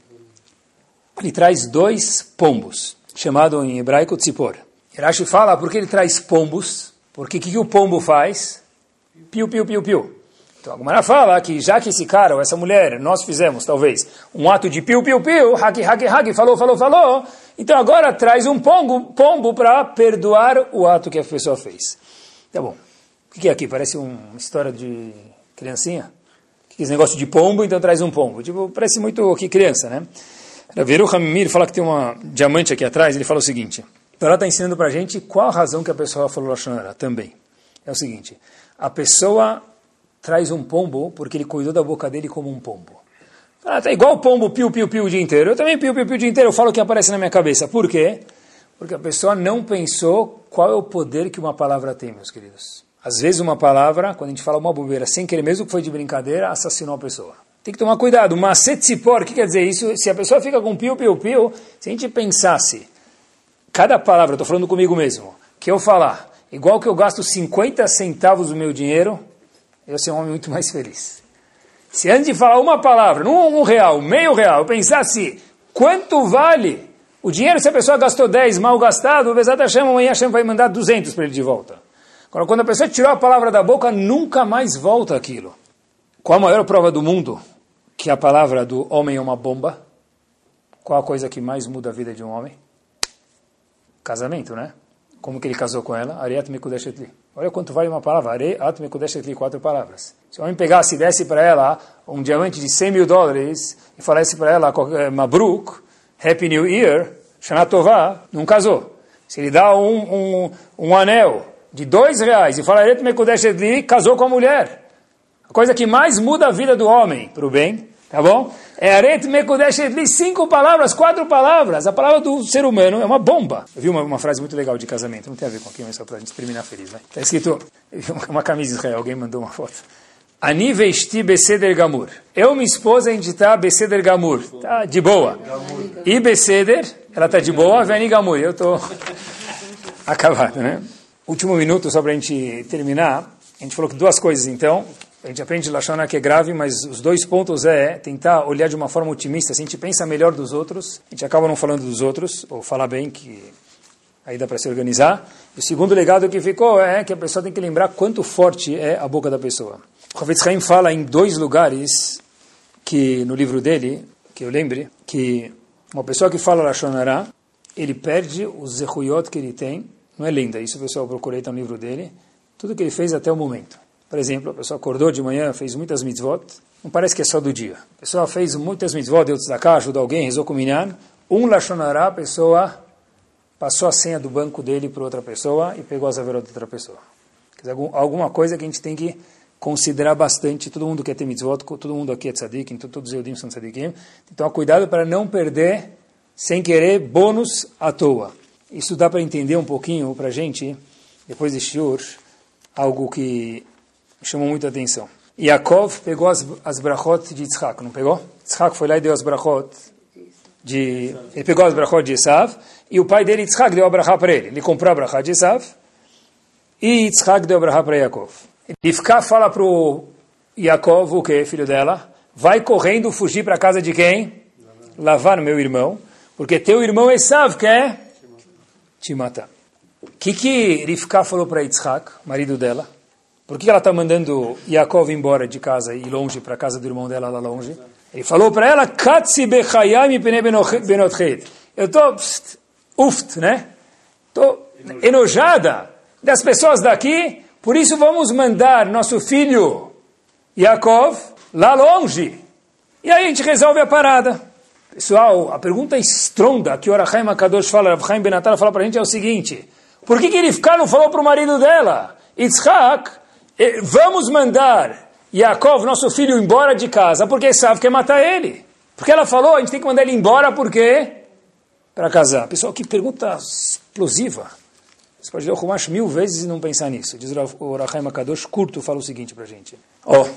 Ele traz dois pombos, chamado em hebraico Tzipor. Rashi fala, por que ele traz pombos? Porque o que, que o pombo faz? Piu, piu, piu, piu. Então a Gemara fala que já que esse cara ou essa mulher, nós fizemos talvez um ato de piu, piu, piu, haki, haki, haki, falou, falou, falou, então agora traz um pombo, pombo para perdoar o ato que a pessoa fez. Tá bom. O que é aqui? Parece uma história de criancinha? O que é esse negócio de pombo, então traz um pombo? Tipo, parece muito que criança, né? Raveru Hamimir fala que tem uma diamante aqui atrás, ele fala o seguinte, então ela está ensinando para a gente qual a razão que a pessoa falou Lashon Hara também. É o seguinte, a pessoa traz um pombo porque ele cuidou da boca dele como um pombo. Ah, tá igual o pombo piu, piu, piu o dia inteiro. Eu também piu, piu, piu o dia inteiro. Eu falo o que aparece na minha cabeça. Por quê? Porque a pessoa não pensou qual é o poder que uma palavra tem, meus queridos. Às vezes uma palavra, quando a gente fala uma bobeira, sem querer, mesmo que foi de brincadeira, assassinou a pessoa. Tem que tomar cuidado. Macetzipor, o que quer dizer isso? Se a pessoa fica com piu, piu, piu, se a gente pensasse, cada palavra, estou falando comigo mesmo, que eu falar, igual que eu gasto cinquenta centavos do meu dinheiro, eu ser um homem muito mais feliz. Se antes de falar uma palavra, não um real, meio real, eu pensasse, quanto vale o dinheiro se a pessoa gastou dez, mal gastado, o Bezat Hashem, amanhã Hashem vai mandar duzentos para ele de volta. Agora, quando a pessoa tirou a palavra da boca, nunca mais volta aquilo. Qual a maior prova do mundo que a palavra do homem é uma bomba? Qual a coisa que mais muda a vida de um homem? Casamento, né? Como que ele casou com ela? Ariat Mekudeshet Li. Olha quanto vale uma palavra. Ariat Mekudeshet Li, quatro palavras. Se o homem pegasse e desse para ela um diamante de cem mil dólares e falasse para ela, Mabruk, Happy New Year, Shana Tová, não casou. Se ele dá um, um, um anel de dois reais e fala Ariat Mekudeshet Li, casou com a mulher. A coisa que mais muda a vida do homem, para o bem, tá bom? É Aret Mekudeshet Li, cinco palavras, quatro palavras. A palavra do ser humano é uma bomba. Eu vi uma, uma frase muito legal de casamento, não tem a ver com aqui, mas só para a gente terminar feliz, né? Está escrito, uma camisa de Israel, alguém mandou uma foto. Ani vesti beseder gamur. Eu e minha esposa, a gente está beseder gamur. Tá de boa. E beseder, ela está de boa, veni gamur. Eu estou acabado, né? Último minuto, só para a gente terminar. A gente falou que duas coisas, então. A gente aprende Lashon Hara que é grave, mas os dois pontos é tentar olhar de uma forma otimista. Se a gente pensa melhor dos outros, a gente acaba não falando dos outros, ou falar bem, que aí dá para se organizar. E o segundo legado que ficou é que a pessoa tem que lembrar quanto forte é a boca da pessoa. O Havetz Haim fala em dois lugares, que no livro dele, que eu lembre, que uma pessoa que fala Lashon Hara, ele perde os zechuyot que ele tem. Não é lenda, isso o pessoal procurei no livro dele. Tudo que ele fez até o momento. Por exemplo, a pessoa acordou de manhã, fez muitas mitzvot, não parece que é só do dia. A pessoa fez muitas mitzvot, deu tzedakah, ajudou alguém, rezou com minyan. Um Lashon Hara, a pessoa passou a senha do banco dele para outra pessoa e pegou as averot de outra pessoa. Quer dizer, alguma coisa que a gente tem que considerar bastante. Todo mundo quer ter mitzvot, todo mundo aqui é tzadikim, todos os Yehudim são tzadikim. Então, cuidado para não perder, sem querer, bônus à toa. Isso dá para entender um pouquinho para a gente, depois de shiur, algo que chamou muita atenção. Yaakov pegou as, as brachot de Yitzhak, não pegou? Yitzhak foi lá e deu as brachot de... Ele pegou as brachot de Esav, e o pai dele, Yitzhak, deu a brachá para ele. Ele comprou a brachá de Esav, e Yitzhak deu a brachá para Yaakov. Rivka fala para o Yaakov, o que, filho dela? Vai correndo fugir para a casa de quem? Lavan, meu irmão, porque teu irmão Esav quer te matar. O que que Rivka falou para Yitzhak, marido dela? Por que ela está mandando Yaakov embora de casa e longe para a casa do irmão dela lá longe? Ele falou para ela, Katsi bechayai mipnei benotchet. Eu estou uft, né? Estou enojada das pessoas daqui, por isso vamos mandar nosso filho Yaakov lá longe. E aí a gente resolve a parada. Pessoal, a pergunta estronda que o Ohr HaChaim HaKadosh fala, Rav Chaim Ben Attal fala para a gente é o seguinte: por que que Rivka não falou para o marido dela? Yitzhak, vamos mandar Yaakov, nosso filho, embora de casa, porque Esav quer matar ele. Porque ela falou, a gente tem que mandar ele embora, por quê? Para casar. Pessoal, que pergunta explosiva. Você pode ler o Chumash mil vezes e não pensar nisso. Diz o Ohr HaChaim HaKadosh, curto, fala o seguinte para a gente. Ó, oh,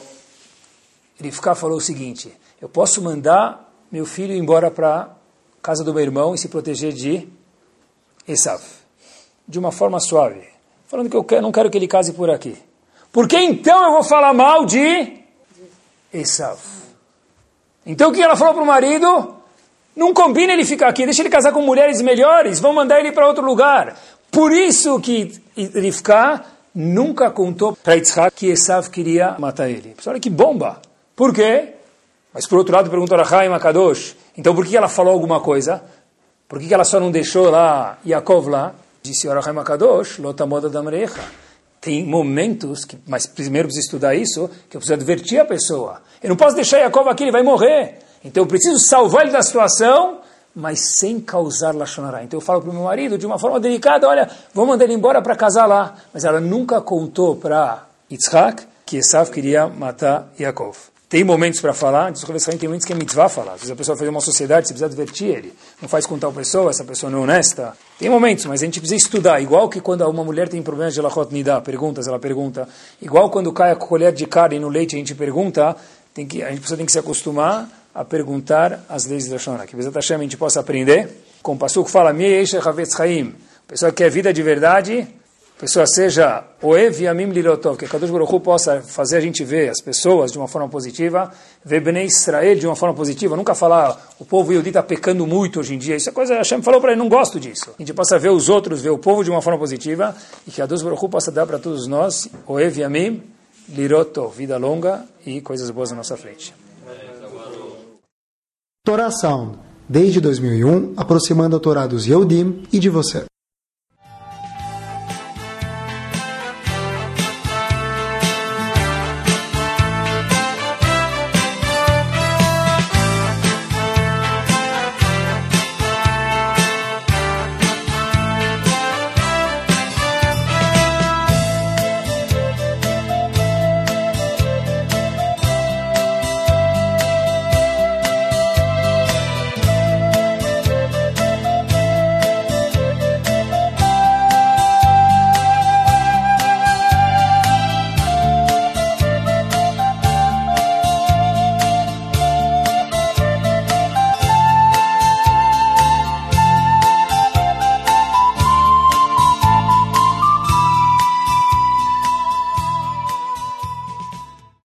Rivka falou o seguinte: eu posso mandar meu filho embora para a casa do meu irmão e se proteger de Esav. De uma forma suave. Falando que eu quero, não quero que ele case por aqui. Por que então eu vou falar mal de Esav? Então o que ela falou para o marido? Não combina ele ficar aqui, deixa ele casar com mulheres melhores, vão mandar ele para outro lugar. Por isso que Rivka nunca contou para Yitzhak que Esav queria matar ele. Pessoal, olha que bomba. Por quê? Mas por outro lado perguntou a Ohr HaChaim HaKadosh, então por que ela falou alguma coisa? Por que ela só não deixou lá Yaakov lá? Disse o Ohr HaChaim HaKadosh, Lotamoda Damrecha. Tem momentos, que, mas primeiro preciso estudar isso, que eu preciso advertir a pessoa. Eu não posso deixar Yaakov aqui, ele vai morrer. Então eu preciso salvar ele da situação, mas sem causar lashon hara. Então eu falo para o meu marido, de uma forma delicada, olha, vou mandar ele embora para casar lá. Mas ela nunca contou para Yitzhak que Esav queria matar Yaakov. Tem momentos para falar, tem momentos que é mitzvah falar. Às vezes a pessoa faz uma sociedade, você precisa advertir ele. Não faz com tal pessoa, essa pessoa não é honesta. Tem momentos, mas a gente precisa estudar. Igual que quando uma mulher tem problemas de Elachot Nidá, perguntas, ela pergunta. Igual quando cai a colher de carne no leite, a gente pergunta, tem que, a gente precisa tem que se acostumar a perguntar as leis da Shona. Que Bezat Hashem a gente possa aprender. Com o Passuco fala, Mi Eish Havetz Chaim. Pessoa que quer vida de verdade, pessoa seja Oev Yamim Lilotov, que a Kadosh Baruch Hu possa fazer a gente ver as pessoas de uma forma positiva, ver Bnei Israel de uma forma positiva, nunca falar o povo Yehudi está pecando muito hoje em dia, isso é coisa, Hashem falou para ele, não gosto disso. A gente possa ver os outros, ver o povo de uma forma positiva, e que a Kadosh Baruch Hu possa dar para todos nós, Oev Yamim Lilotov, vida longa e coisas boas na nossa frente. Torah Sound, desde dois mil e um, aproximando a Torá dos Yehudim e de você.